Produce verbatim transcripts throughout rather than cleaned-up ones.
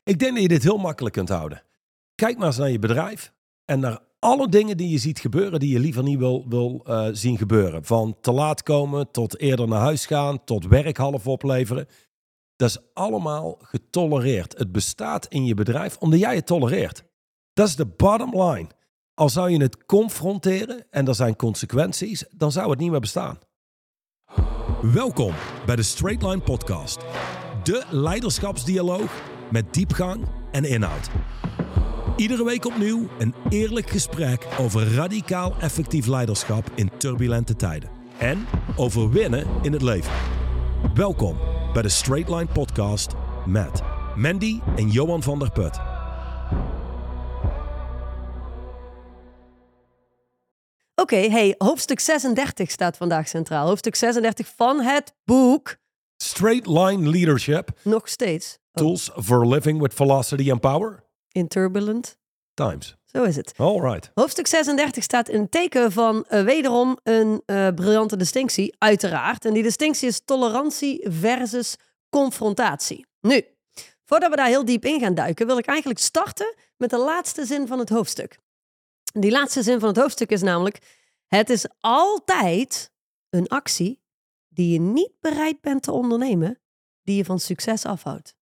Ik denk dat je dit heel makkelijk kunt houden. Kijk maar eens naar je bedrijf en naar alle dingen die je ziet gebeuren die je liever niet wil, wil uh, zien gebeuren. Van te laat komen, tot eerder naar huis gaan, tot werk half opleveren. Dat is allemaal getolereerd. Het bestaat in je bedrijf omdat jij het tolereert. Dat is de bottom line. Al zou je het confronteren en er zijn consequenties, dan zou het niet meer bestaan. Welkom bij de Straight Line Podcast. De leiderschapsdialoog met diepgang en inhoud. Iedere week opnieuw een eerlijk gesprek over radicaal effectief leiderschap in turbulente tijden. En over winnen in het leven. Welkom bij de Straight Line Podcast met Mandy en Johan van der Put. Oké, okay, hey, hoofdstuk zesendertig staat vandaag centraal. Hoofdstuk zesendertig van het boek... Straight Line Leadership. Nog steeds. Oh. Tools for Living with Velocity and Power. In turbulent times. Zo is het. All right. Hoofdstuk zesendertig staat in het teken van uh, wederom een uh, briljante distinctie, uiteraard. En die distinctie is tolerantie versus confrontatie. Nu, voordat we daar heel diep in gaan duiken, wil ik eigenlijk starten met de laatste zin van het hoofdstuk. Die laatste zin van het hoofdstuk is namelijk: het is altijd een actie die je niet bereid bent te ondernemen, die je van succes afhoudt.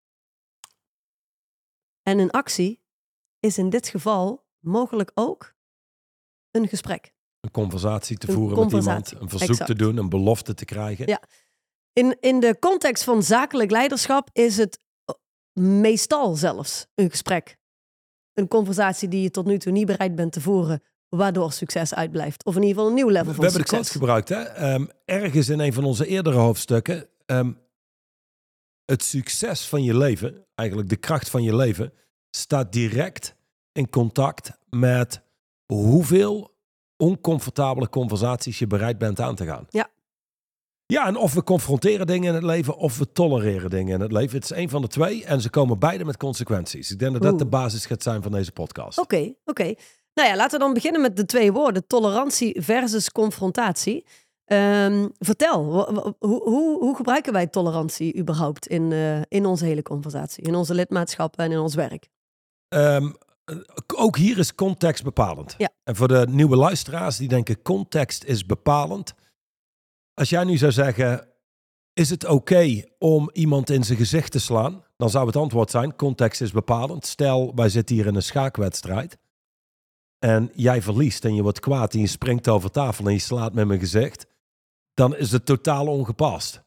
En een actie is in dit geval mogelijk ook een gesprek. Een conversatie te een voeren conversatie. met iemand, een verzoek exact. te doen, een belofte te krijgen. Ja. In, in de context van zakelijk leiderschap is het meestal zelfs een gesprek. Een conversatie die je tot nu toe niet bereid bent te voeren, waardoor succes uitblijft. Of in ieder geval een nieuw level we, van we succes. We hebben de quote gebruikt, hè? Um, ergens in een van onze eerdere hoofdstukken. Um, het succes van je leven, eigenlijk de kracht van je leven, staat direct in contact met hoeveel oncomfortabele conversaties je bereid bent aan te gaan. Ja. Ja, en of we confronteren dingen in het leven of we tolereren dingen in het leven. Het is één van de twee en ze komen beide met consequenties. Ik denk dat dat Oeh. de basis gaat zijn van deze podcast. Oké, okay, oké. Okay. Nou ja, laten we dan beginnen met de twee woorden. Tolerantie versus confrontatie. Um, vertel, hoe, hoe, hoe gebruiken wij tolerantie überhaupt in, uh, in onze hele conversatie? In onze lidmaatschappen en in ons werk? Um, ook hier is context bepalend. Ja. En voor de nieuwe luisteraars die denken context is bepalend. Als jij nu zou zeggen, is het oké okay om iemand in zijn gezicht te slaan? Dan zou het antwoord zijn, context is bepalend. Stel, wij zitten hier in een schaakwedstrijd. En jij verliest en je wordt kwaad en je springt over tafel en je slaat met mijn gezicht. Dan is het totaal ongepast.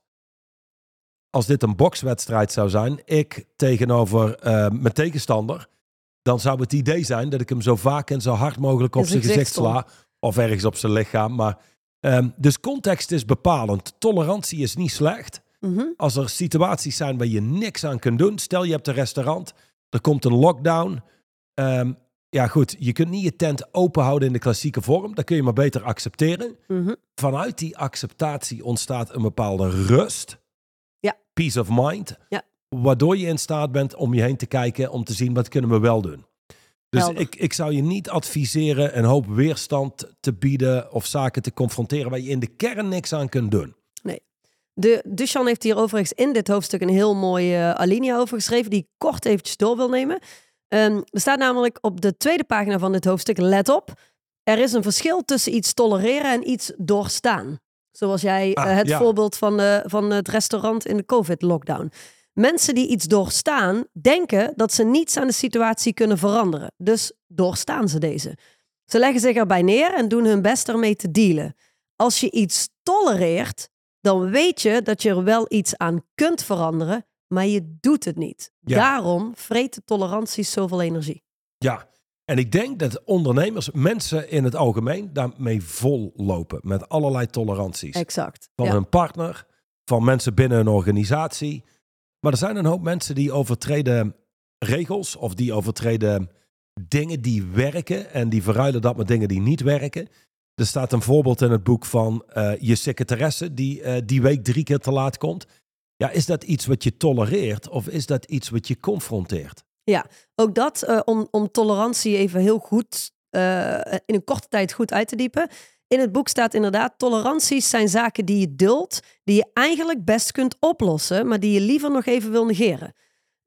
Als dit een bokswedstrijd zou zijn, ik tegenover uh, mijn tegenstander, dan zou het idee zijn dat ik hem zo vaak en zo hard mogelijk op zijn gezicht sla. Of ergens op zijn lichaam. Maar, um, dus context is bepalend. Tolerantie is niet slecht. Mm-hmm. Als er situaties zijn waar je niks aan kunt doen. Stel je hebt een restaurant, er komt een lockdown. Um, ja goed, je kunt niet je tent open houden in de klassieke vorm. Dat kun je maar beter accepteren. Mm-hmm. Vanuit die acceptatie ontstaat een bepaalde rust. Ja. Peace of mind. Ja. Waardoor je in staat bent om je heen te kijken, om te zien wat kunnen we wel doen. Dus ik, ik zou je niet adviseren een hoop weerstand te bieden of zaken te confronteren waar je in de kern niks aan kunt doen. Nee. De Duchamp heeft hier overigens in dit hoofdstuk een heel mooie uh, alinea over geschreven die ik kort eventjes door wil nemen. Um, er staat namelijk op de tweede pagina van dit hoofdstuk, let op, er is een verschil tussen iets tolereren en iets doorstaan. Zoals jij ah, uh, het ja. voorbeeld van, de, van het restaurant in de COVID-lockdown. Mensen die iets doorstaan, denken dat ze niets aan de situatie kunnen veranderen. Dus doorstaan ze deze. Ze leggen zich erbij neer en doen hun best ermee te dealen. Als je iets tolereert, dan weet je dat je er wel iets aan kunt veranderen, maar je doet het niet. Ja. Daarom vreet de tolerantie zoveel energie. Ja, en ik denk dat ondernemers, mensen in het algemeen, daarmee vol lopen. Met allerlei toleranties. Exact. Van ja. hun partner, van mensen binnen een organisatie. Maar er zijn een hoop mensen die overtreden regels of die overtreden dingen die werken en die verruilen dat met dingen die niet werken. Er staat een voorbeeld in het boek van uh, je secretaresse die uh, die week drie keer te laat komt. Ja, is dat iets wat je tolereert of is dat iets wat je confronteert? Ja, ook dat uh, om, om tolerantie even heel goed uh, in een korte tijd goed uit te diepen. In het boek staat inderdaad, toleranties zijn zaken die je duldt, die je eigenlijk best kunt oplossen, maar die je liever nog even wil negeren.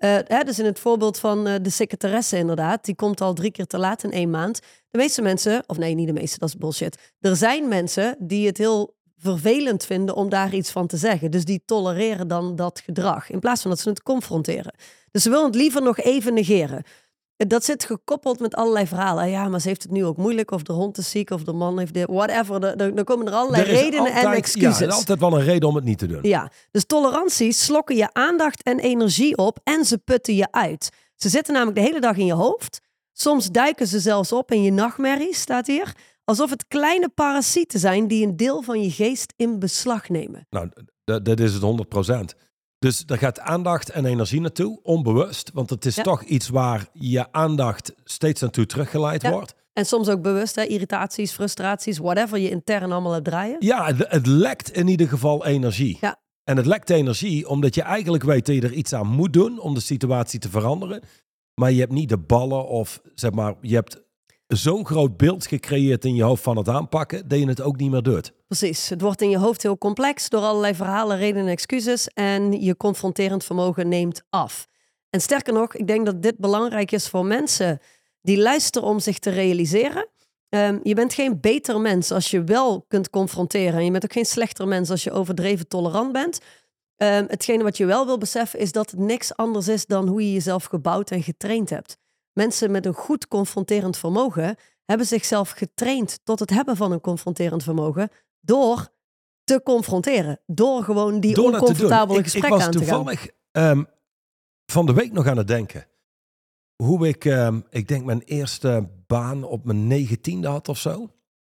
Uh, hè, dus in het voorbeeld van uh, de secretaresse inderdaad, die komt al drie keer te laat in één maand. De meeste mensen, of nee, niet de meeste, dat is bullshit. Er zijn mensen die het heel vervelend vinden om daar iets van te zeggen. Dus die tolereren dan dat gedrag, in plaats van dat ze het confronteren. Dus ze willen het liever nog even negeren. Dat zit gekoppeld met allerlei verhalen. Ja, maar ze heeft het nu ook moeilijk, of de hond is ziek, of de man heeft dit, whatever. Dan komen er allerlei er redenen altijd, en excuses. Ja, er is altijd wel een reden om het niet te doen. Ja, dus toleranties slokken je aandacht en energie op en ze putten je uit. Ze zitten namelijk de hele dag in je hoofd. Soms duiken ze zelfs op in je nachtmerries, staat hier. Alsof het kleine parasieten zijn die een deel van je geest in beslag nemen. Nou, d- dat is het honderd procent. Dus daar gaat aandacht en energie naartoe, onbewust. Want het is ja. toch iets waar je aandacht steeds naartoe teruggeleid ja. wordt. En soms ook bewust, hè? Irritaties, frustraties, whatever je intern allemaal hebt draaien. Ja, het, het lekt in ieder geval energie. Ja. En het lekt energie omdat je eigenlijk weet dat je er iets aan moet doen om de situatie te veranderen. Maar je hebt niet de ballen of zeg maar, je hebt zo'n groot beeld gecreëerd in je hoofd van het aanpakken, dat je het ook niet meer doet. Precies. Het wordt in je hoofd heel complex door allerlei verhalen, redenen en excuses. En je confronterend vermogen neemt af. En sterker nog, ik denk dat dit belangrijk is voor mensen die luisteren om zich te realiseren. Um, je bent geen beter mens als je wel kunt confronteren. En je bent ook geen slechter mens als je overdreven tolerant bent. Um, hetgene wat je wel wil beseffen is dat het niks anders is dan hoe je jezelf gebouwd en getraind hebt. Mensen met een goed confronterend vermogen hebben zichzelf getraind tot het hebben van een confronterend vermogen door te confronteren. Door gewoon die door oncomfortabele gesprekken aan te gaan. Ik was toevallig um, van de week nog aan het denken. Hoe ik, um, ik denk mijn eerste baan op mijn negentiende had of zo.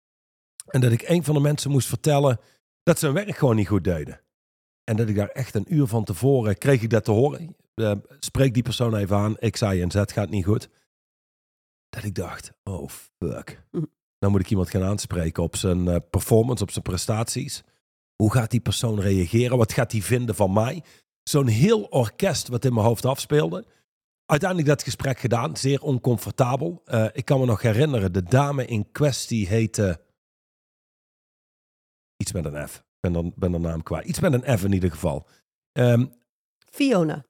En dat ik een van de mensen moest vertellen dat ze hun werk gewoon niet goed deden. En dat ik daar echt een uur van tevoren kreeg ik dat te horen. Uh, spreek die persoon even aan. Ik zei en Z gaat niet goed. Dat ik dacht, oh fuck. Mm. Nou moet ik iemand gaan aanspreken op zijn uh, performance, op zijn prestaties. Hoe gaat die persoon reageren? Wat gaat hij vinden van mij? Zo'n heel orkest wat in mijn hoofd afspeelde. Uiteindelijk dat gesprek gedaan. Zeer oncomfortabel. Uh, ik kan me nog herinneren, de dame in kwestie heette iets met een F. Ik ben, dan, ben de naam kwijt. Iets met een F in ieder geval. Um, Fiona.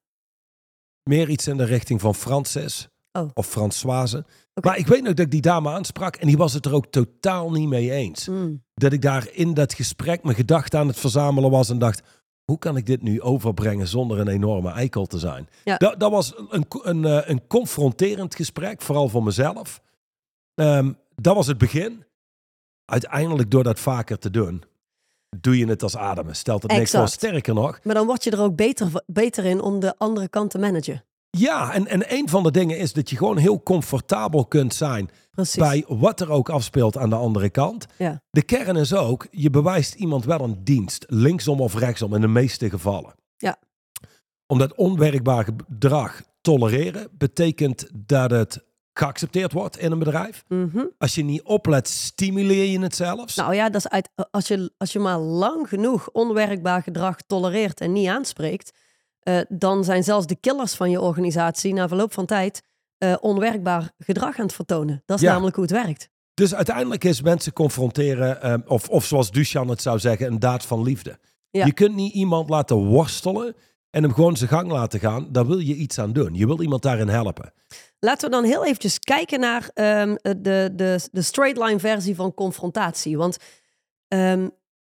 Meer iets in de richting van Frances. Oh. Of Françoise. Okay. Maar ik weet nog dat ik die dame aansprak. En die was het er ook totaal niet mee eens. Mm. Dat ik daar in dat gesprek mijn gedachten aan het verzamelen was. En dacht, hoe kan ik dit nu overbrengen zonder een enorme eikel te zijn? Ja. Dat, dat was een, een, een, een confronterend gesprek. Vooral voor mezelf. Um, dat was het begin. Uiteindelijk door dat vaker te doen, doe je het als ademen. Stelt het niks voor. Sterker nog. Maar dan word je er ook beter, beter in om de andere kant te managen. Ja, en, en een van de dingen is dat je gewoon heel comfortabel kunt zijn. Precies. Bij wat er ook afspeelt aan de andere kant. Ja. De kern is ook, je bewijst iemand wel een dienst. Linksom of rechtsom in de meeste gevallen. Ja. Omdat onwerkbaar gedrag tolereren betekent dat het geaccepteerd wordt in een bedrijf. Mm-hmm. Als je niet oplet, stimuleer je het zelfs. Nou ja, dat is uit, als, je, als je maar lang genoeg onwerkbaar gedrag tolereert en niet aanspreekt, uh, dan zijn zelfs de killers van je organisatie na verloop van tijd uh, onwerkbaar gedrag aan het vertonen. Dat is ja. namelijk hoe het werkt. Dus uiteindelijk is mensen confronteren, um, of, of zoals Duchan het zou zeggen, een daad van liefde. Ja. Je kunt niet iemand laten worstelen en hem gewoon zijn gang laten gaan. Daar wil je iets aan doen. Je wil iemand daarin helpen. Laten we dan heel eventjes kijken naar um, de, de, de straight line versie van confrontatie. Want um,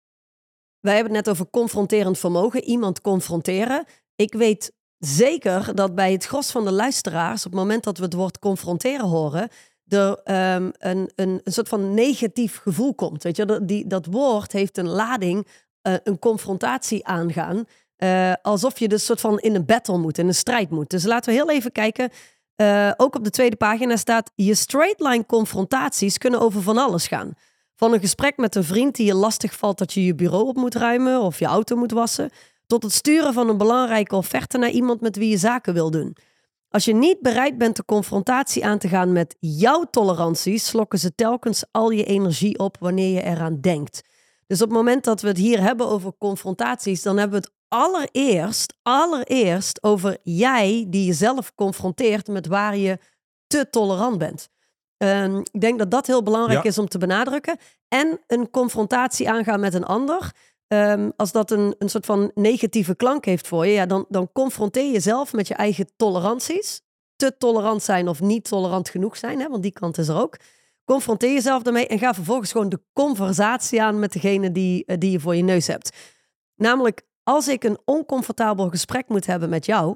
wij hebben het net over confronterend vermogen. Iemand confronteren. Ik weet zeker dat bij het gros van de luisteraars, op het moment dat we het woord confronteren horen, er um, een, een, een soort van negatief gevoel komt. Weet je, dat, die, dat woord heeft een lading, uh, een confrontatie aangaan. Uh, alsof je dus soort van in een battle moet, in een strijd moet. Dus laten we heel even kijken. Uh, ook op de tweede pagina staat, je straight line confrontaties kunnen over van alles gaan. Van een gesprek met een vriend die je lastig valt dat je je bureau op moet ruimen of je auto moet wassen, tot het sturen van een belangrijke offerte naar iemand met wie je zaken wil doen. Als je niet bereid bent de confrontatie aan te gaan met jouw toleranties, slokken ze telkens al je energie op wanneer je eraan denkt. Dus op het moment dat we het hier hebben over confrontaties, dan hebben we het allereerst, allereerst over jij die jezelf confronteert met waar je te tolerant bent. Um, ik denk dat dat heel belangrijk ja. is om te benadrukken. En een confrontatie aangaan met een ander Um, als dat een, een soort van negatieve klank heeft voor je, ja, dan, dan confronteer je jezelf met je eigen toleranties. Te tolerant zijn of niet tolerant genoeg zijn, hè, want die kant is er ook. Confronteer jezelf daarmee en ga vervolgens gewoon de conversatie aan met degene die, die je voor je neus hebt. Namelijk, als ik een oncomfortabel gesprek moet hebben met jou,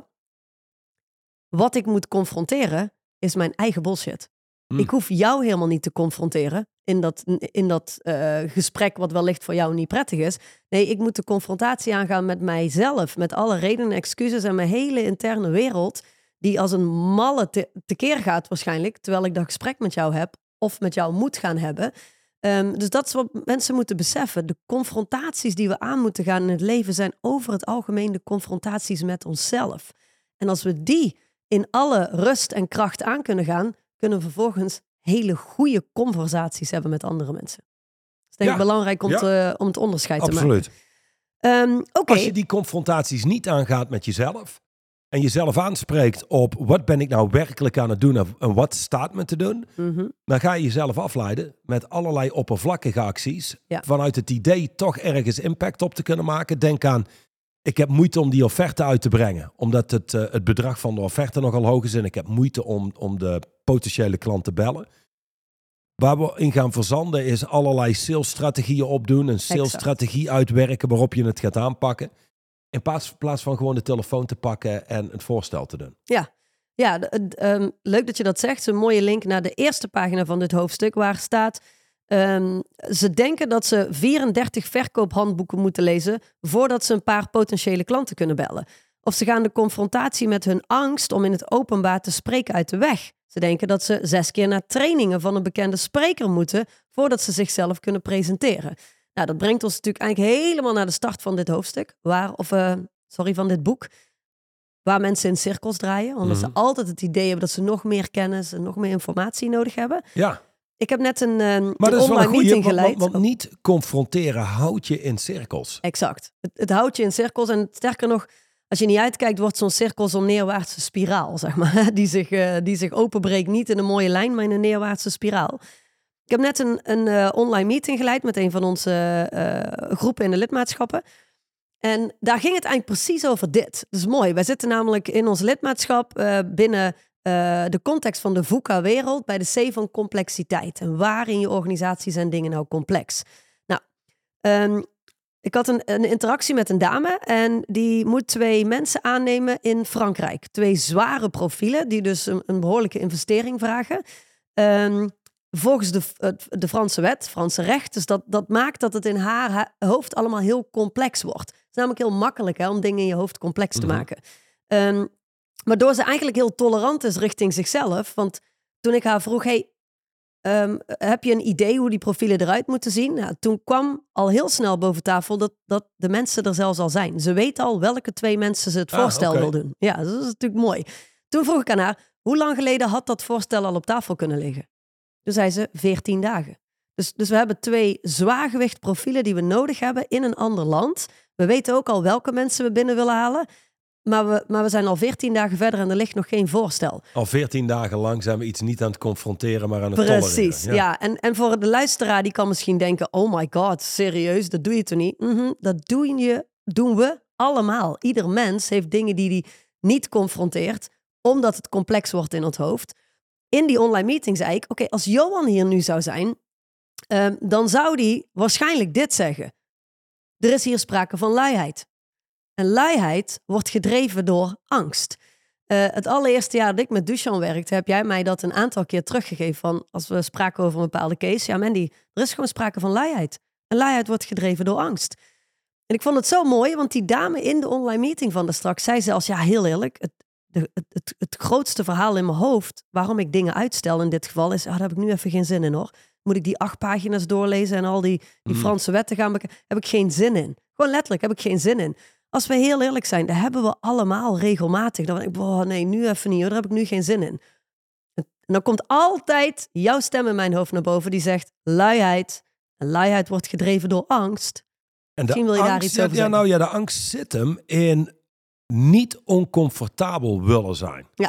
wat ik moet confronteren is mijn eigen bullshit. Hmm. Ik hoef jou helemaal niet te confronteren in dat, in dat uh, gesprek wat wellicht voor jou niet prettig is. Nee, ik moet de confrontatie aangaan met mijzelf, met alle redenen en excuses en mijn hele interne wereld, die als een malle te, tekeer gaat waarschijnlijk, terwijl ik dat gesprek met jou heb of met jou moet gaan hebben. Um, dus dat is wat mensen moeten beseffen. De confrontaties die we aan moeten gaan in het leven zijn over het algemeen de confrontaties met onszelf. En als we die in alle rust en kracht aan kunnen gaan, kunnen we vervolgens hele goede conversaties hebben met andere mensen. Dat is denk ik ja, belangrijk om, ja. te, om het onderscheid Absoluut. te maken. Um, okay. Als je die confrontaties niet aangaat met jezelf en jezelf aanspreekt op wat ben ik nou werkelijk aan het doen en wat staat me te doen, mm-hmm. dan ga je jezelf afleiden met allerlei oppervlakkige acties ja. vanuit het idee toch ergens impact op te kunnen maken. Denk aan, ik heb moeite om die offerte uit te brengen, omdat het, uh, het bedrag van de offerte nogal hoog is en ik heb moeite om, om de potentiële klant te bellen. Waar we in gaan verzanden is allerlei salesstrategieën opdoen, een salesstrategie uitwerken waarop je het gaat aanpakken. In plaats, plaats van gewoon de telefoon te pakken en het voorstel te doen. Ja, ja d- d- um, leuk dat je dat zegt. Een mooie link naar de eerste pagina van dit hoofdstuk waar staat, Um, ze denken dat ze vierendertig verkoophandboeken moeten lezen voordat ze een paar potentiële klanten kunnen bellen. Of ze gaan de confrontatie met hun angst om in het openbaar te spreken uit de weg. Ze denken dat ze zes keer naar trainingen van een bekende spreker moeten voordat ze zichzelf kunnen presenteren. Nou, dat brengt ons natuurlijk eigenlijk helemaal naar de start van dit hoofdstuk. Waar, of, uh, sorry, van dit boek. Waar mensen in cirkels draaien. Omdat mm-hmm. ze altijd het idee hebben dat ze nog meer kennis en nog meer informatie nodig hebben. Ja. Ik heb net een, um, maar een dat is online wel een goeie, meeting want, geleid. Want, want niet confronteren houdt je in cirkels. Exact. Het, het houdt je in cirkels. En sterker nog, als je niet uitkijkt, wordt zo'n cirkel zo'n neerwaartse spiraal, zeg maar. Die zich, uh, die zich openbreekt. Niet in een mooie lijn, maar in een neerwaartse spiraal. Ik heb net een, een uh, online meeting geleid met een van onze uh, groepen in de lidmaatschappen. En daar ging het eigenlijk precies over dit. Dat is mooi. Wij zitten namelijk in ons lidmaatschap uh, binnen uh, de context van de VUCA-wereld bij de C van complexiteit. En waar in je organisatie zijn dingen nou complex? Nou, um, ik had een, een interactie met een dame en die moet twee mensen aannemen in Frankrijk. Twee zware profielen die dus een, een behoorlijke investering vragen. Um, volgens de, de Franse wet, Franse recht. Dus dat, dat maakt dat het in haar hoofd allemaal heel complex wordt. Het is namelijk heel makkelijk hè, om dingen in je hoofd complex te maken. Um, waardoor ze eigenlijk heel tolerant is richting zichzelf. Want toen ik haar vroeg, hey, um, heb je een idee hoe die profielen eruit moeten zien? Nou, toen kwam al heel snel boven tafel dat, dat de mensen er zelfs al zijn. Ze weet al welke twee mensen ze het ah, voorstel okay. wil doen. Ja, dat is natuurlijk mooi. Toen vroeg ik aan haar, hoe lang geleden had dat voorstel al op tafel kunnen liggen? Toen zei ze veertien dagen. Dus, dus we hebben twee zwaargewicht profielen die we nodig hebben in een ander land. We weten ook al welke mensen we binnen willen halen. Maar we, maar we zijn al veertien dagen verder en er ligt nog geen voorstel. Al veertien dagen lang zijn we iets niet aan het confronteren, maar aan het Precies, tolereren. Precies, ja. ja. En, en voor de luisteraar die kan misschien denken, oh my god, serieus, dat doe je toch niet? Mm-hmm, dat doen, je, doen we allemaal. Ieder mens heeft dingen die hij niet confronteert, omdat het complex wordt in het hoofd. In die online meeting zei ik, oké, okay, als Johan hier nu zou zijn, um, dan zou die waarschijnlijk dit zeggen. Er is hier sprake van luiheid. En luiheid wordt gedreven door angst. Uh, het allereerste jaar dat ik met Dusan werkte, heb jij mij dat een aantal keer teruggegeven van, als we spraken over een bepaalde case, ja Mandy, er is gewoon sprake van luiheid. En luiheid wordt gedreven door angst. En ik vond het zo mooi, want die dame in de online meeting van de straks zei zelfs, ja heel eerlijk, het De, het, het, het grootste verhaal in mijn hoofd, waarom ik dingen uitstel in dit geval, is, ah, daar heb ik nu even geen zin in hoor. Moet ik die acht pagina's doorlezen en al die, die mm. Franse wetten gaan bekijken? Heb ik geen zin in. Gewoon letterlijk, heb ik geen zin in. Als we heel eerlijk zijn, dat hebben we allemaal regelmatig. Dan denk ik, oh nee, nu even niet hoor, daar heb ik nu geen zin in. En dan komt altijd jouw stem in mijn hoofd naar boven die zegt, luiheid. En luiheid wordt gedreven door angst. En Misschien wil je angst, daar iets ja, over ja, zeggen. nou ja, de angst zit hem in niet oncomfortabel willen zijn. Ja.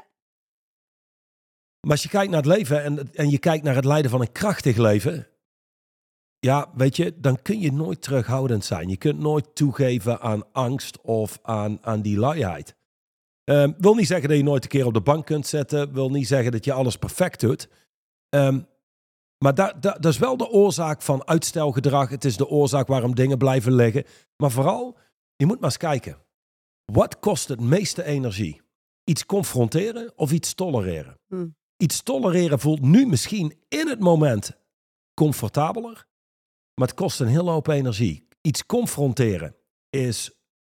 Maar als je kijkt naar het leven en, en je kijkt naar het leiden van een krachtig leven, ja, weet je, dan kun je nooit terughoudend zijn. Je kunt nooit toegeven aan angst of aan, aan die luiheid. Um, wil niet zeggen dat je nooit een keer op de bank kunt zetten. Wil niet zeggen dat je alles perfect doet. Um, maar da, da, dat is wel de oorzaak van uitstelgedrag. Het is de oorzaak waarom dingen blijven liggen. Maar vooral, je moet maar eens kijken. Wat kost het meeste energie? Iets confronteren of iets tolereren? Hmm. Iets tolereren voelt nu misschien in het moment comfortabeler. Maar het kost een hele hoop energie. Iets confronteren is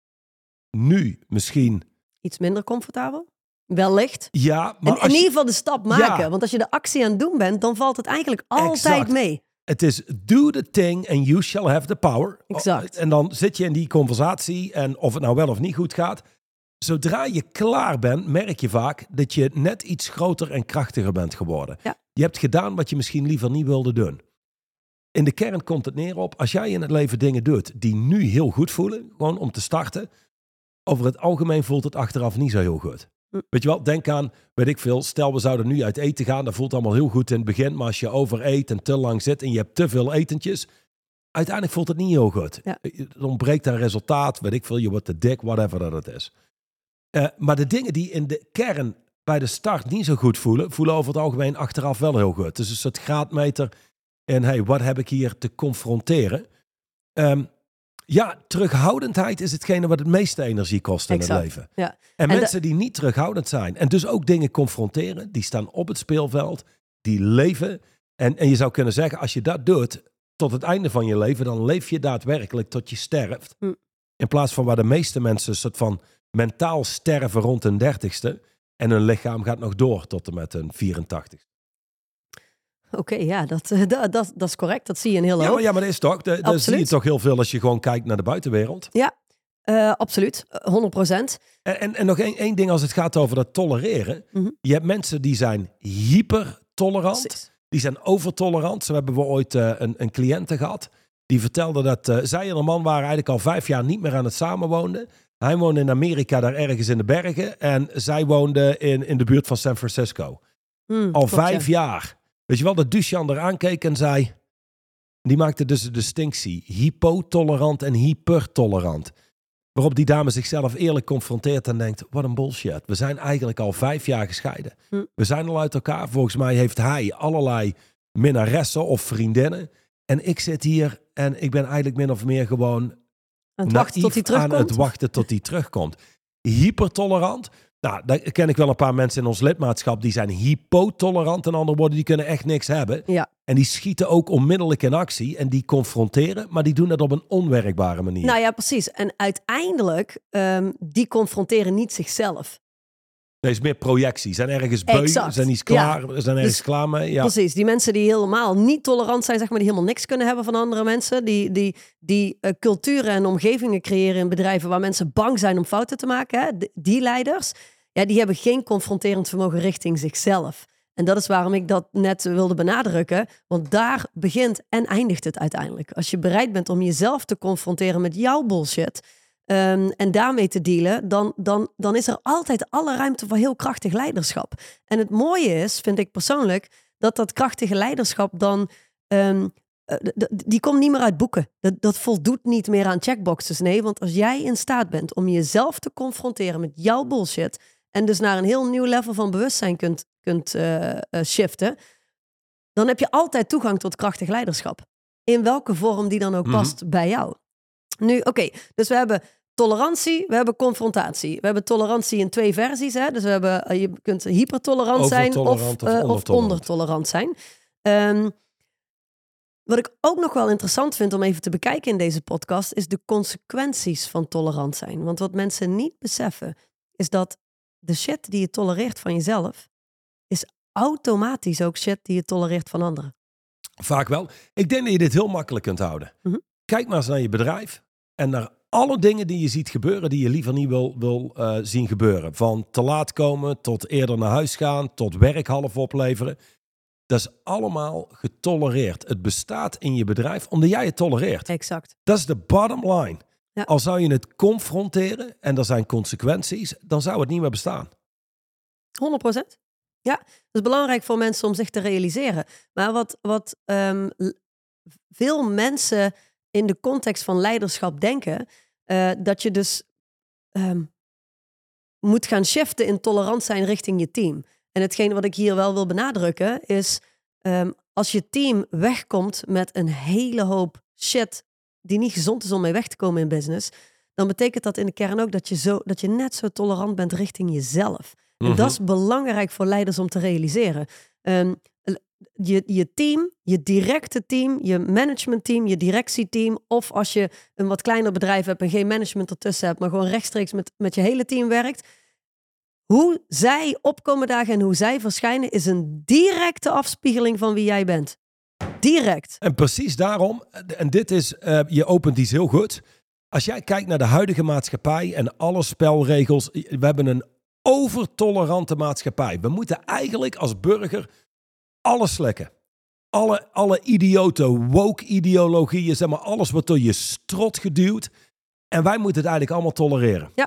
nu misschien... Iets minder comfortabel? Wellicht. Ja, maar En in als je, ieder geval de stap maken. Ja. Want als je de actie aan het doen bent, dan valt het eigenlijk altijd Exact. mee. Het is do the thing and you shall have the power. Exact. En dan zit je in die conversatie en of het nou wel of niet goed gaat. Zodra je klaar bent, merk je vaak dat je net iets groter en krachtiger bent geworden. Ja. Je hebt gedaan wat je misschien liever niet wilde doen. In de kern komt het neer op, als jij in het leven dingen doet die nu heel goed voelen, gewoon om te starten, over het algemeen voelt het achteraf niet zo heel goed. Hm. Weet je wel, denk aan, weet ik veel, stel we zouden nu uit eten gaan, dat voelt allemaal heel goed in het begin, maar als je overeet en te lang zit en je hebt te veel etentjes, uiteindelijk voelt het niet heel goed. Ja. Het ontbreekt aan resultaat, weet ik veel, je wordt te dik, whatever dat het is. Uh, maar de dingen die in de kern bij de start niet zo goed voelen, voelen over het algemeen achteraf wel heel goed. Dus een soort graadmeter en hey, wat heb ik hier te confronteren? Um, ja, terughoudendheid is hetgene wat het meeste energie kost in Exact. het leven. Ja. En, En mensen de... die niet terughoudend zijn en dus ook dingen confronteren, die staan op het speelveld, die leven. En, en je zou kunnen zeggen, als je dat doet tot het einde van je leven, dan leef je daadwerkelijk tot je sterft. Hm. In plaats van waar de meeste mensen een soort van mentaal sterven rond hun dertigste en hun lichaam gaat nog door tot en met hun vierentachtigste. Oké, okay, ja, dat, dat, dat, dat is correct. Dat zie je een hele Ja, hoop. maar, ja, maar dat is toch, dat, dat zie je toch heel veel als je gewoon kijkt naar de buitenwereld. Ja, uh, absoluut. honderd procent. En, en, en nog één, één ding als het gaat over dat tolereren. Mm-hmm. Je hebt mensen die zijn hypertolerant. Precies. Die zijn overtolerant. Zo hebben we ooit uh, een, een cliënte gehad. Die vertelde dat uh, zij en een man waren eigenlijk al vijf jaar niet meer aan het samenwonen. Hij woonde in Amerika, daar ergens in de bergen. En zij woonde in, in de buurt van San Francisco. Mm, al klopt, vijf ja. jaar. Weet je wel, dat Duchan er aankeek en zei... Die maakte dus de distinctie. Hypotolerant en hypertolerant. Waarop die dame zichzelf eerlijk confronteert en denkt... Wat een bullshit. We zijn eigenlijk al vijf jaar gescheiden. Hm. We zijn al uit elkaar. Volgens mij heeft hij allerlei minnaressen of vriendinnen. En ik zit hier en ik ben eigenlijk min of meer gewoon... Aan het wachten tot hij terugkomt? Aan het wachten tot hij terugkomt. Hypertolerant... Nou, daar ken ik wel een paar mensen in ons lidmaatschap... die zijn hypotolerant. In andere woorden, die kunnen echt niks hebben. Ja. En die schieten ook onmiddellijk in actie. En die confronteren, maar die doen dat op een onwerkbare manier. Nou ja, precies. En uiteindelijk, um, die confronteren niet zichzelf. Er is meer projectie. Zijn ergens beu, Exact. zijn iets klaar, Ja. zijn ergens Dus, klaar mee. Ja. Precies, die mensen die helemaal niet tolerant zijn... zeg maar, die helemaal niks kunnen hebben van andere mensen... die, die, die uh, culturen en omgevingen creëren in bedrijven... waar mensen bang zijn om fouten te maken. Hè? Die, die leiders... Ja, die hebben geen confronterend vermogen richting zichzelf. En dat is waarom ik dat net wilde benadrukken. Want daar begint en eindigt het uiteindelijk. Als je bereid bent om jezelf te confronteren met jouw bullshit... Um, en daarmee te dealen... Dan, dan, dan is er altijd alle ruimte voor heel krachtig leiderschap. En het mooie is, vind ik persoonlijk... dat dat krachtige leiderschap dan... Um, uh, d- d- die komt niet meer uit boeken. Dat, dat voldoet niet meer aan checkboxes. Nee, want als jij in staat bent om jezelf te confronteren met jouw bullshit... en dus naar een heel nieuw level van bewustzijn kunt, kunt uh, uh, shiften... dan heb je altijd toegang tot krachtig leiderschap. In welke vorm die dan ook Mm-hmm. past bij jou. Nu, oké, okay, dus we hebben tolerantie, we hebben confrontatie. We hebben tolerantie in twee versies. Hè? Dus we hebben, uh, je kunt hypertolerant zijn of, Overtolerant of uh, of ondertolerant. ondertolerant zijn. Um, wat ik ook nog wel interessant vind om even te bekijken in deze podcast... is de consequenties van tolerant zijn. Want wat mensen niet beseffen is dat... de shit die je tolereert van jezelf... is automatisch ook shit die je tolereert van anderen. Vaak wel. Ik denk dat je dit heel makkelijk kunt houden. Mm-hmm. Kijk maar eens naar je bedrijf... en naar alle dingen die je ziet gebeuren... die je liever niet wil, wil uh, zien gebeuren. Van te laat komen, tot eerder naar huis gaan... tot werk half opleveren. Dat is allemaal getolereerd. Het bestaat in je bedrijf omdat jij het tolereert. Exact. Dat is de bottom line. Ja. Al zou je het confronteren en er zijn consequenties... dan zou het niet meer bestaan. honderd procent. Ja, dat is belangrijk voor mensen om zich te realiseren. Maar wat, wat um, veel mensen in de context van leiderschap denken uh, dat je dus um, moet gaan shiften in tolerant zijn richting je team. En hetgeen wat ik hier wel wil benadrukken is, um, als je team wegkomt met een hele hoop shit die niet gezond is om mee weg te komen in business, dan betekent dat in de kern ook dat je, zo, dat je net zo tolerant bent richting jezelf. En mm-hmm. dat is belangrijk voor leiders om te realiseren. Um, je, je team, je directe team, je managementteam, je directieteam, of als je een wat kleiner bedrijf hebt en geen management ertussen hebt, maar gewoon rechtstreeks met, met je hele team werkt. Hoe zij opkomen dagen en hoe zij verschijnen is een directe afspiegeling van wie jij bent. Direct. En precies daarom, en dit is, uh, je opent iets heel goed. Als jij kijkt naar de huidige maatschappij en alle spelregels, we hebben een overtolerante maatschappij. We moeten eigenlijk als burger alles slikken. Alle, alle idiote woke-ideologieën, zeg maar, alles wordt door je strot geduwd. En wij moeten het eigenlijk allemaal tolereren. Ja.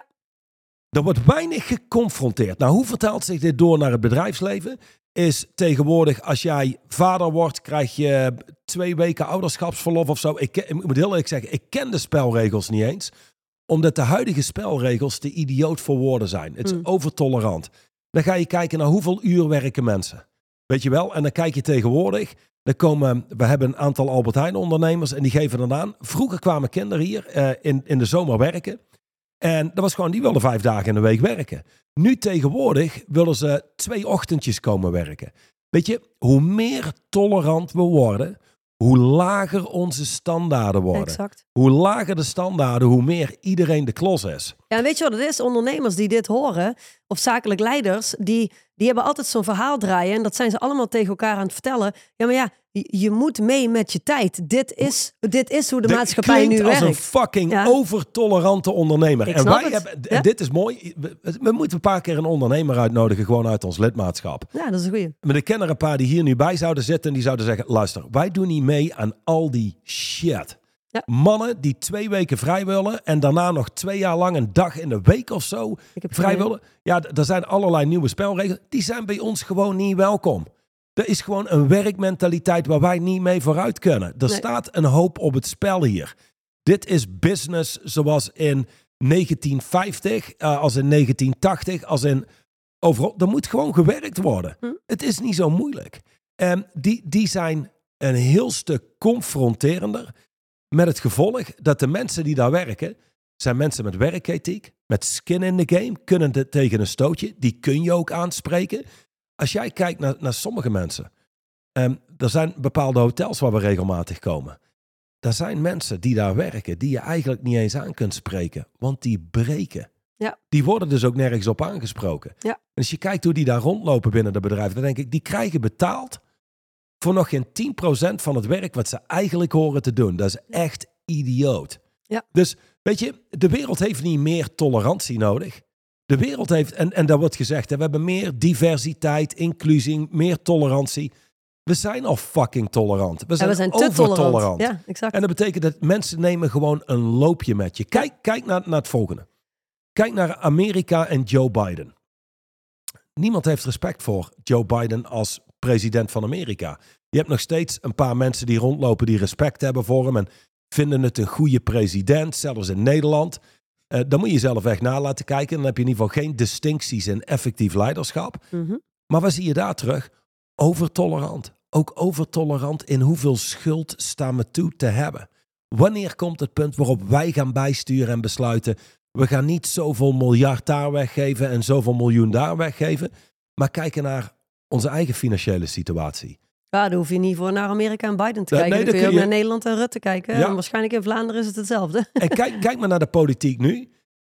Er wordt weinig geconfronteerd. Nou, hoe vertaalt zich dit door naar het bedrijfsleven? Is tegenwoordig, als jij vader wordt, krijg je twee weken ouderschapsverlof of zo. Ik, ik moet heel eerlijk zeggen, ik ken de spelregels niet eens. Omdat de huidige spelregels te idioot voor woorden zijn. Het is mm. overtolerant. Dan ga je kijken naar hoeveel uur werken mensen. Weet je wel? En dan kijk je tegenwoordig. Dan komen, we hebben een aantal Albert Heijn ondernemers en die geven dan aan. Vroeger kwamen kinderen hier uh, in, in de zomer werken. En dat was gewoon, die wilden vijf dagen in de week werken. Nu tegenwoordig willen ze twee ochtendjes komen werken. Weet je, hoe meer tolerant we worden, hoe lager onze standaarden worden. Exact. Hoe lager de standaarden, hoe meer iedereen de klos is. Ja, en weet je wat het is? Ondernemers die dit horen, of zakelijk leiders, die, die hebben altijd zo'n verhaal draaien. En dat zijn ze allemaal tegen elkaar aan het vertellen. Ja, maar ja, je, je moet mee met je tijd. Dit is, dit is hoe de, de maatschappij nu werkt. Als een fucking ja. overtolerante ondernemer. Ik en wij het. hebben, ja? en dit is mooi, we, we moeten een paar keer een ondernemer uitnodigen, gewoon uit ons lidmaatschap. Ja, dat is een goeie. Maar ik ken er een paar die hier nu bij zouden zitten en die zouden zeggen, luister, wij doen niet mee aan al die shit. Ja. Mannen die twee weken vrij willen en daarna nog twee jaar lang een dag in de week of zo vrij willen. Ja, er zijn allerlei nieuwe spelregels. Die zijn bij ons gewoon niet welkom. Er is gewoon een werkmentaliteit waar wij niet mee vooruit kunnen. Er nee. staat een hoop op het spel hier. Dit is business zoals in negentien vijftig, uh, als in negentien tachtig, als in overal. Er moet gewoon gewerkt worden. Hm. Het is niet zo moeilijk. Um, die, die zijn een heel stuk confronterender. Met het gevolg dat de mensen die daar werken, zijn mensen met werkethiek, met skin in the game, kunnen de, tegen een stootje. Die kun je ook aanspreken. Als jij kijkt naar, naar sommige mensen, um, er zijn bepaalde hotels waar we regelmatig komen. Er zijn mensen die daar werken, die je eigenlijk niet eens aan kunt spreken, want die breken. Ja. Die worden dus ook nergens op aangesproken. Ja. En als je kijkt hoe die daar rondlopen binnen de bedrijven, dan denk ik, die krijgen betaald voor nog geen tien procent van het werk wat ze eigenlijk horen te doen. Dat is echt idioot. Ja. Dus weet je, de wereld heeft niet meer tolerantie nodig. De wereld heeft, en, en daar wordt gezegd, hè, we hebben meer diversiteit, inclusie, meer tolerantie. We zijn al fucking tolerant. We zijn, ja, we zijn overtolerant. Ja, exact. En dat betekent dat mensen nemen gewoon een loopje met je. Kijk, kijk naar, naar het volgende. Kijk naar Amerika en Joe Biden. Niemand heeft respect voor Joe Biden als president van Amerika. Je hebt nog steeds een paar mensen die rondlopen die respect hebben voor hem en vinden het een goede president, zelfs in Nederland. Uh, dan moet je zelf echt na laten kijken. Dan heb je in ieder geval geen distincties in effectief leiderschap. Mm-hmm. Maar wat zie je daar terug? Overtolerant. Ook overtolerant in hoeveel schuld staan we toe te hebben. Wanneer komt het punt waarop wij gaan bijsturen en besluiten, we gaan niet zoveel miljard daar weggeven en zoveel miljoen daar weggeven, maar kijken naar onze eigen financiële situatie. Ja, daar hoef je niet voor naar Amerika en Biden te Uh, kijken. nee, dan kun je ook je... naar Nederland en Rutte kijken. Ja. En waarschijnlijk in Vlaanderen is het hetzelfde. En kijk, kijk maar naar de politiek nu.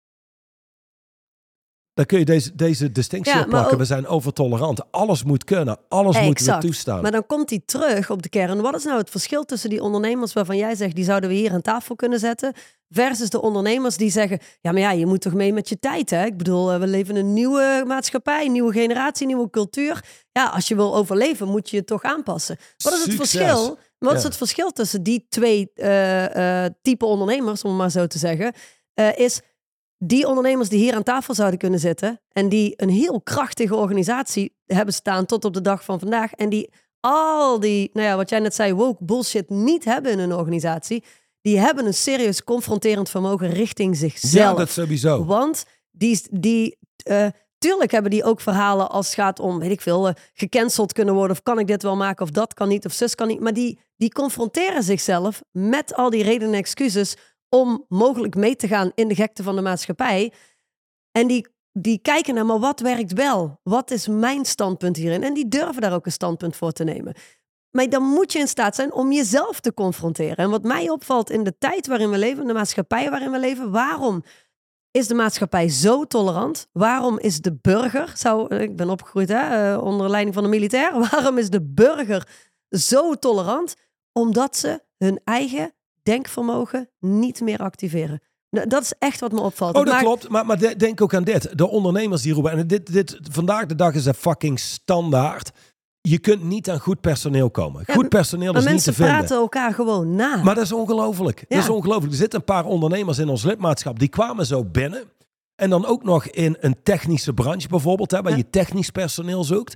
Dan kun je deze, deze distinctie ja, oppakken. Ook... We zijn overtolerant. Alles moet kunnen. Alles exact. moeten we toestaan. Maar dan komt hij terug op de kern. Wat is nou het verschil tussen die ondernemers waarvan jij zegt, die zouden we hier aan tafel kunnen zetten, versus de ondernemers die zeggen, ja, maar ja, je moet toch mee met je tijd, hè? Ik bedoel, we leven in een nieuwe maatschappij, nieuwe generatie, nieuwe cultuur. Ja, als je wil overleven, moet je je toch aanpassen. Wat is het Succes. verschil? Wat ja. is het verschil tussen die twee uh, uh, type ondernemers, om het maar zo te zeggen, uh, is die ondernemers die hier aan tafel zouden kunnen zitten en die een heel krachtige organisatie hebben staan tot op de dag van vandaag en die al die, nou ja, wat jij net zei, woke bullshit niet hebben in een organisatie, die hebben een serieus confronterend vermogen richting zichzelf. Ja, dat sowieso. Want die, die uh, tuurlijk hebben die ook verhalen als het gaat om, weet ik veel, uh, gecanceld kunnen worden, of kan ik dit wel maken, of dat kan niet, of zus kan niet. Maar die, die confronteren zichzelf met al die redenen en excuses om mogelijk mee te gaan in de gekte van de maatschappij. En die, die kijken naar, maar wat werkt wel? Wat is mijn standpunt hierin? En die durven daar ook een standpunt voor te nemen. Maar dan moet je in staat zijn om jezelf te confronteren. En wat mij opvalt in de tijd waarin we leven, in de maatschappij waarin we leven, waarom is de maatschappij zo tolerant? Waarom is de burger, zou, ik ben opgegroeid hè, onder leiding van een militair, waarom is de burger zo tolerant? Omdat ze hun eigen denkvermogen niet meer activeren. Dat is echt wat me opvalt. Oh, dat maakt... klopt. Maar, maar de, denk ook aan dit. De ondernemers die roepen. En dit, dit, vandaag de dag is een fucking standaard. Je kunt niet aan goed personeel komen. Goed ja, personeel is niet te vinden. Mensen praten elkaar gewoon na. Maar dat is ongelooflijk. Ja. Dat is ongelooflijk. Er zitten een paar ondernemers in ons lidmaatschap. Die kwamen zo binnen. En dan ook nog in een technische branche bijvoorbeeld. Hè, waar ja. je technisch personeel zoekt.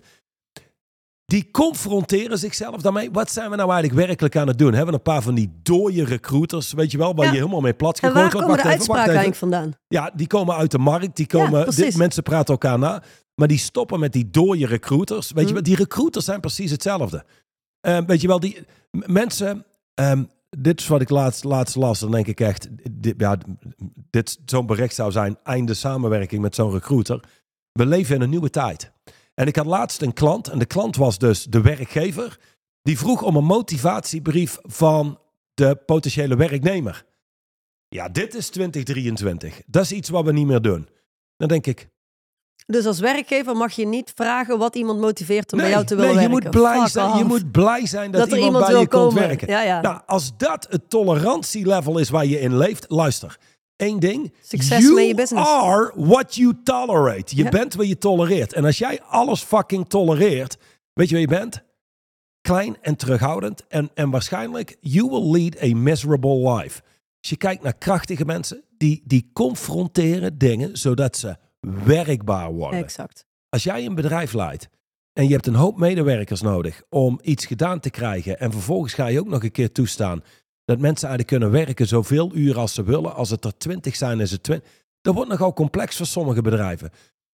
Die confronteren zichzelf daarmee. Wat zijn we nou eigenlijk werkelijk aan het doen? Hebben we een paar van die dooie recruiters, weet je wel, waar ja. je helemaal mee plat gegooid wordt. En waar komen de uitspraken eigenlijk vandaan? Ja, die komen uit de markt. Die komen, ja, dit, mensen praten elkaar na. Maar die stoppen met die dooie recruiters. Weet hmm. je wel, die recruiters zijn precies hetzelfde. Uh, weet je wel, die m- mensen... Um, dit is wat ik laatst, laatst las. Dan denk ik echt... Dit, ja, dit zo'n bericht zou zijn... einde samenwerking met zo'n recruiter. We leven in een nieuwe tijd. En ik had laatst een klant. En de klant was dus de werkgever. Die vroeg om een motivatiebrief van de potentiële werknemer. Ja, dit is twintig drieëntwintig. Dat is iets wat we niet meer doen. Dan denk ik... Dus als werkgever mag je niet vragen wat iemand motiveert om nee, bij jou te willen nee, je werken. Moet blij zijn, je moet blij zijn dat, dat iemand, iemand bij je komen. komt werken. Ja, ja. Nou, als dat het tolerantielevel is waar je in leeft, luister. Eén ding. Succes you met je business. are what you tolerate. Je ja. bent wat je tolereert. En als jij alles fucking tolereert, weet je wie je bent? Klein en terughoudend. En, en waarschijnlijk, you will lead a miserable life. Als je kijkt naar krachtige mensen, die, die confronteren dingen zodat ze werkbaar worden. Exact. Als jij een bedrijf leidt en je hebt een hoop medewerkers nodig om iets gedaan te krijgen en vervolgens ga je ook nog een keer toestaan dat mensen eigenlijk kunnen werken zoveel uren als ze willen. Als het er twintig zijn, is het twintig. Dat wordt nogal complex voor sommige bedrijven.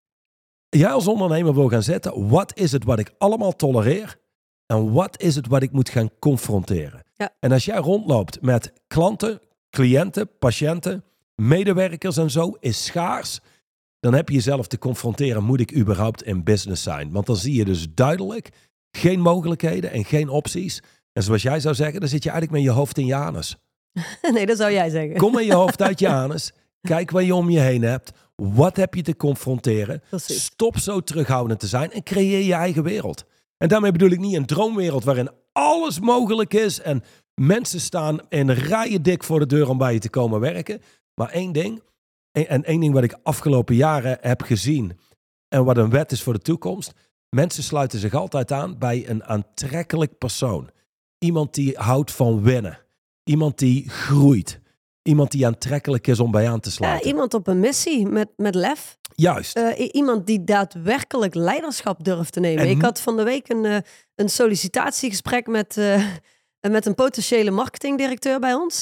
Jij als ondernemer wil gaan zetten, wat is het wat ik allemaal tolereer en wat is het wat ik moet gaan confronteren? Ja. En als jij rondloopt met klanten, cliënten, patiënten, medewerkers en zo, is schaars. Dan heb je jezelf te confronteren, moet ik überhaupt in business zijn? Want dan zie je dus duidelijk geen mogelijkheden en geen opties. En zoals jij zou zeggen, dan zit je eigenlijk met je hoofd in je anus. Nee, dat zou jij zeggen. Kom met je hoofd uit je anus. Kijk wat je om je heen hebt. Wat heb je te confronteren? Precies. Stop zo terughoudend te zijn en creëer je eigen wereld. En daarmee bedoel ik niet een droomwereld waarin alles mogelijk is en mensen staan in rijen dik voor de deur om bij je te komen werken. Maar één ding... En één ding wat ik afgelopen jaren heb gezien en wat een wet is voor de toekomst. Mensen sluiten zich altijd aan bij een aantrekkelijk persoon. Iemand die houdt van winnen. Iemand die groeit. Iemand die aantrekkelijk is om bij aan te sluiten. Ja, iemand op een missie met, met lef. Juist. Uh, iemand die daadwerkelijk leiderschap durft te nemen. En... Ik had van de week een, uh, een sollicitatiegesprek met, uh, met een potentiële marketingdirecteur bij ons.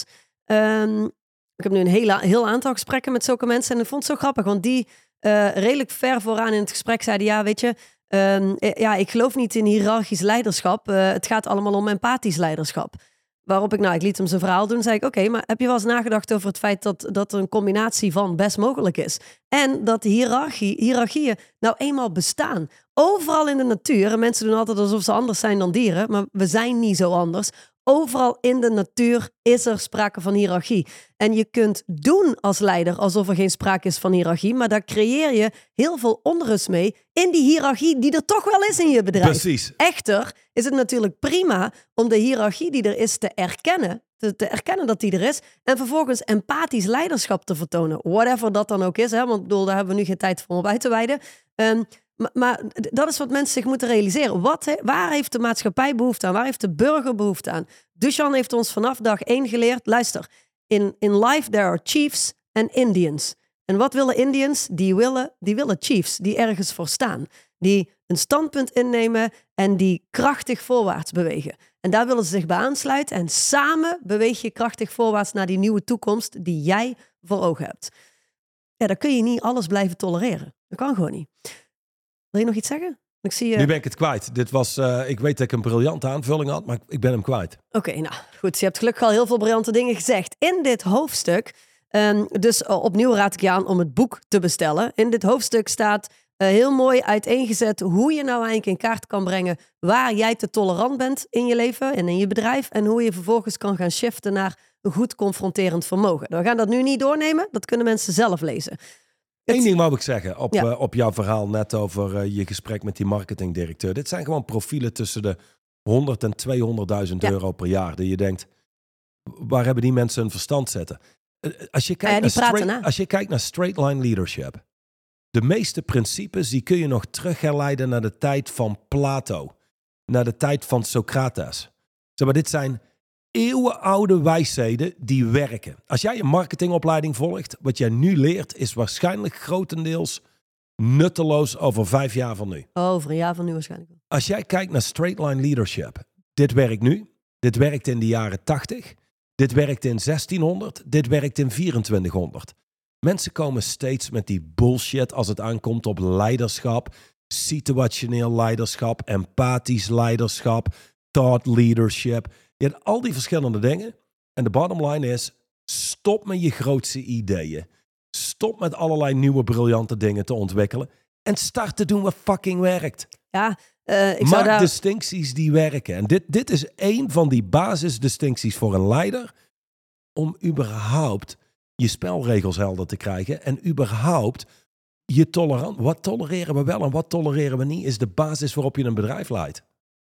Um, Ik heb nu een heel, heel aantal gesprekken met zulke mensen. En ik vond het zo grappig. Want die uh, redelijk ver vooraan in het gesprek zeiden... Ja, weet je, um, ja, ik geloof niet in hiërarchisch leiderschap. Uh, het gaat allemaal om empathisch leiderschap. Waarop ik, nou, ik liet hem zijn verhaal doen. Zei ik, oké, okay, maar heb je wel eens nagedacht over het feit... dat, dat er een combinatie van best mogelijk is? En dat de hiërarchie, hiërarchieën nou eenmaal bestaan. Overal in de natuur. En mensen doen altijd alsof ze anders zijn dan dieren. Maar we zijn niet zo anders. Overal in de natuur is er sprake van hiërarchie. En je kunt doen als leider alsof er geen sprake is van hiërarchie, maar daar creëer je heel veel onrust mee in die hiërarchie die er toch wel is in je bedrijf. Precies. Echter is het natuurlijk prima om de hiërarchie die er is te erkennen, te, te erkennen dat die er is, en vervolgens empathisch leiderschap te vertonen. Whatever dat dan ook is, hè? Want ik bedoel, daar hebben we nu geen tijd voor om uit te wijden. Um, Maar, maar dat is wat mensen zich moeten realiseren. Wat he, waar heeft de maatschappij behoefte aan? Waar heeft de burger behoefte aan? Dusan heeft ons vanaf dag één geleerd. Luister, in, in life there are chiefs and Indians. En wat willen Indians? Die willen, die willen chiefs, die ergens voor staan. Die een standpunt innemen en die krachtig voorwaarts bewegen. En daar willen ze zich bij aansluiten. En samen beweeg je krachtig voorwaarts naar die nieuwe toekomst die jij voor ogen hebt. Ja, dan kun je niet alles blijven tolereren. Dat kan gewoon niet. Wil je nog iets zeggen? Ik zie je... Nu ben ik het kwijt. Dit was, uh, ik weet dat ik een briljante aanvulling had, maar ik ben hem kwijt. Oké, okay, nou goed. Je hebt gelukkig al heel veel briljante dingen gezegd. In dit hoofdstuk, um, dus uh, opnieuw raad ik je aan om het boek te bestellen. In dit hoofdstuk staat uh, heel mooi uiteengezet hoe je nou eigenlijk in kaart kan brengen waar jij te tolerant bent in je leven en in je bedrijf. En hoe je vervolgens kan gaan shiften naar een goed confronterend vermogen. We gaan dat nu niet doornemen. Dat kunnen mensen zelf lezen. Eén ding wou ik zeggen op, ja. uh, op jouw verhaal net over uh, je gesprek met die marketingdirecteur. Dit zijn gewoon profielen tussen de honderd en tweehonderdduizend ja. euro per jaar. Dat je denkt, waar hebben die mensen hun verstand zetten? Uh, als, je kijkt ja, naar straight, na. als je kijkt naar straight line leadership. De meeste principes die kun je nog terug herleiden naar de tijd van Plato. Naar de tijd van Socrates. Zeg maar, dit zijn eeuwenoude wijsheden die werken. Als jij een marketingopleiding volgt, wat jij nu leert, is waarschijnlijk grotendeels nutteloos over vijf jaar van nu. Over een jaar van nu waarschijnlijk. Als jij kijkt naar straight line leadership, dit werkt nu, dit werkt in de jaren tachtig, dit werkt in zestienhonderd, dit werkt in vierentwintighonderd. Mensen komen steeds met die bullshit als het aankomt op leiderschap, situationeel leiderschap, empathisch leiderschap, thought leadership. Je hebt al die verschillende dingen. En de bottom line is, stop met je grootste ideeën. Stop met allerlei nieuwe briljante dingen te ontwikkelen. En start te doen wat fucking werkt. Ja, uh, ik Maak zou daar... distincties die werken. En dit, dit is één van die basisdistincties voor een leider. Om überhaupt je spelregels helder te krijgen. En überhaupt je tolerant. Wat tolereren we wel en wat tolereren we niet, is de basis waarop je een bedrijf leidt.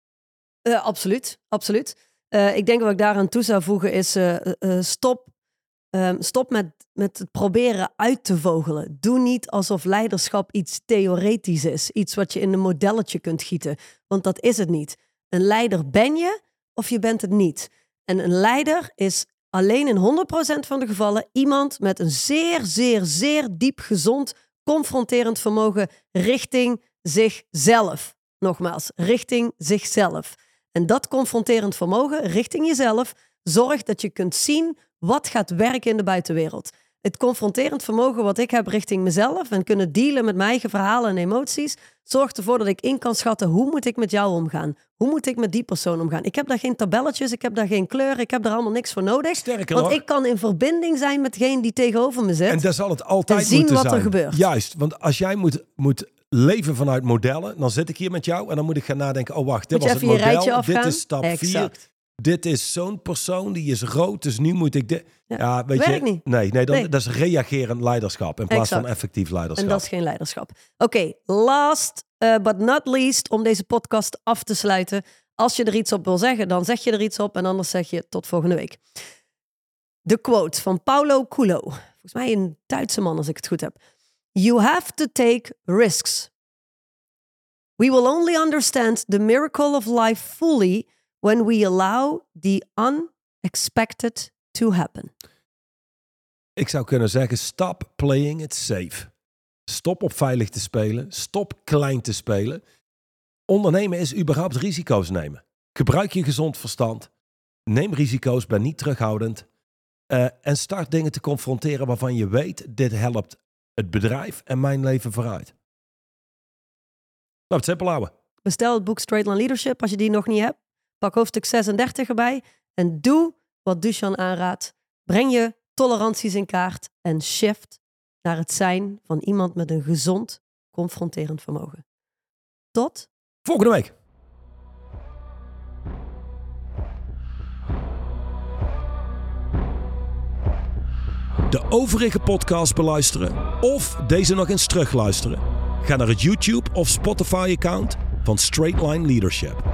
Uh, absoluut, absoluut. Uh, ik denk wat ik daaraan toe zou voegen is uh, uh, stop, uh, stop met, met het proberen uit te vogelen. Doe niet alsof leiderschap iets theoretisch is. Iets wat je in een modelletje kunt gieten. Want dat is het niet. Een leider ben je of je bent het niet. En een leider is alleen in honderd procent van de gevallen iemand met een zeer, zeer, zeer diep gezond, confronterend vermogen richting zichzelf. Nogmaals, richting zichzelf. En dat confronterend vermogen richting jezelf zorgt dat je kunt zien wat gaat werken in de buitenwereld. Het confronterend vermogen wat ik heb richting mezelf en kunnen dealen met mijn eigen verhalen en emoties, zorgt ervoor dat ik in kan schatten hoe moet ik met jou omgaan? Hoe moet ik met die persoon omgaan? Ik heb daar geen tabelletjes, ik heb daar geen kleur, ik heb daar allemaal niks voor nodig. Sterker want nog, ik kan in verbinding zijn met degene die tegenover me zit. En daar zal het altijd en zien moeten wat zijn. er gebeurt. Juist, want als jij moet, moet leven vanuit modellen, dan zit ik hier met jou en dan moet ik gaan nadenken, oh wacht, dit moet was het model, dit is stap vier. Dit is zo'n persoon, die is rood, dus nu moet ik dit... Ja, ja weet werkt je, niet. Nee, nee, dan, nee, dat is reagerend leiderschap in plaats exact. van effectief leiderschap. En dat is geen leiderschap. Oké, okay, last uh, but not least, om deze podcast af te sluiten. Als je er iets op wil zeggen, dan zeg je er iets op en anders zeg je tot volgende week. De quote van Paulo Coelho. Volgens mij een Duitse man, als ik het goed heb. You have to take risks. We will only understand the miracle of life fully when we allow the unexpected to happen. Ik zou kunnen zeggen, stop playing it safe. Stop op veilig te spelen. Stop klein te spelen. Ondernemen is überhaupt risico's nemen. Gebruik je gezond verstand. Neem risico's, ben niet terughoudend. Uh, en start dingen te confronteren waarvan je weet, dit helpt het bedrijf en mijn leven vooruit. Nou, het simpel houden. Bestel het boek Straight Line Leadership als je die nog niet hebt. Pak hoofdstuk zesendertig erbij. En doe wat Dusan aanraadt. Breng je toleranties in kaart en shift naar het zijn van iemand met een gezond, confronterend vermogen. Tot volgende week. De overige podcast beluisteren of deze nog eens terugluisteren? Ga naar het YouTube of Spotify account van Straight Line Leadership.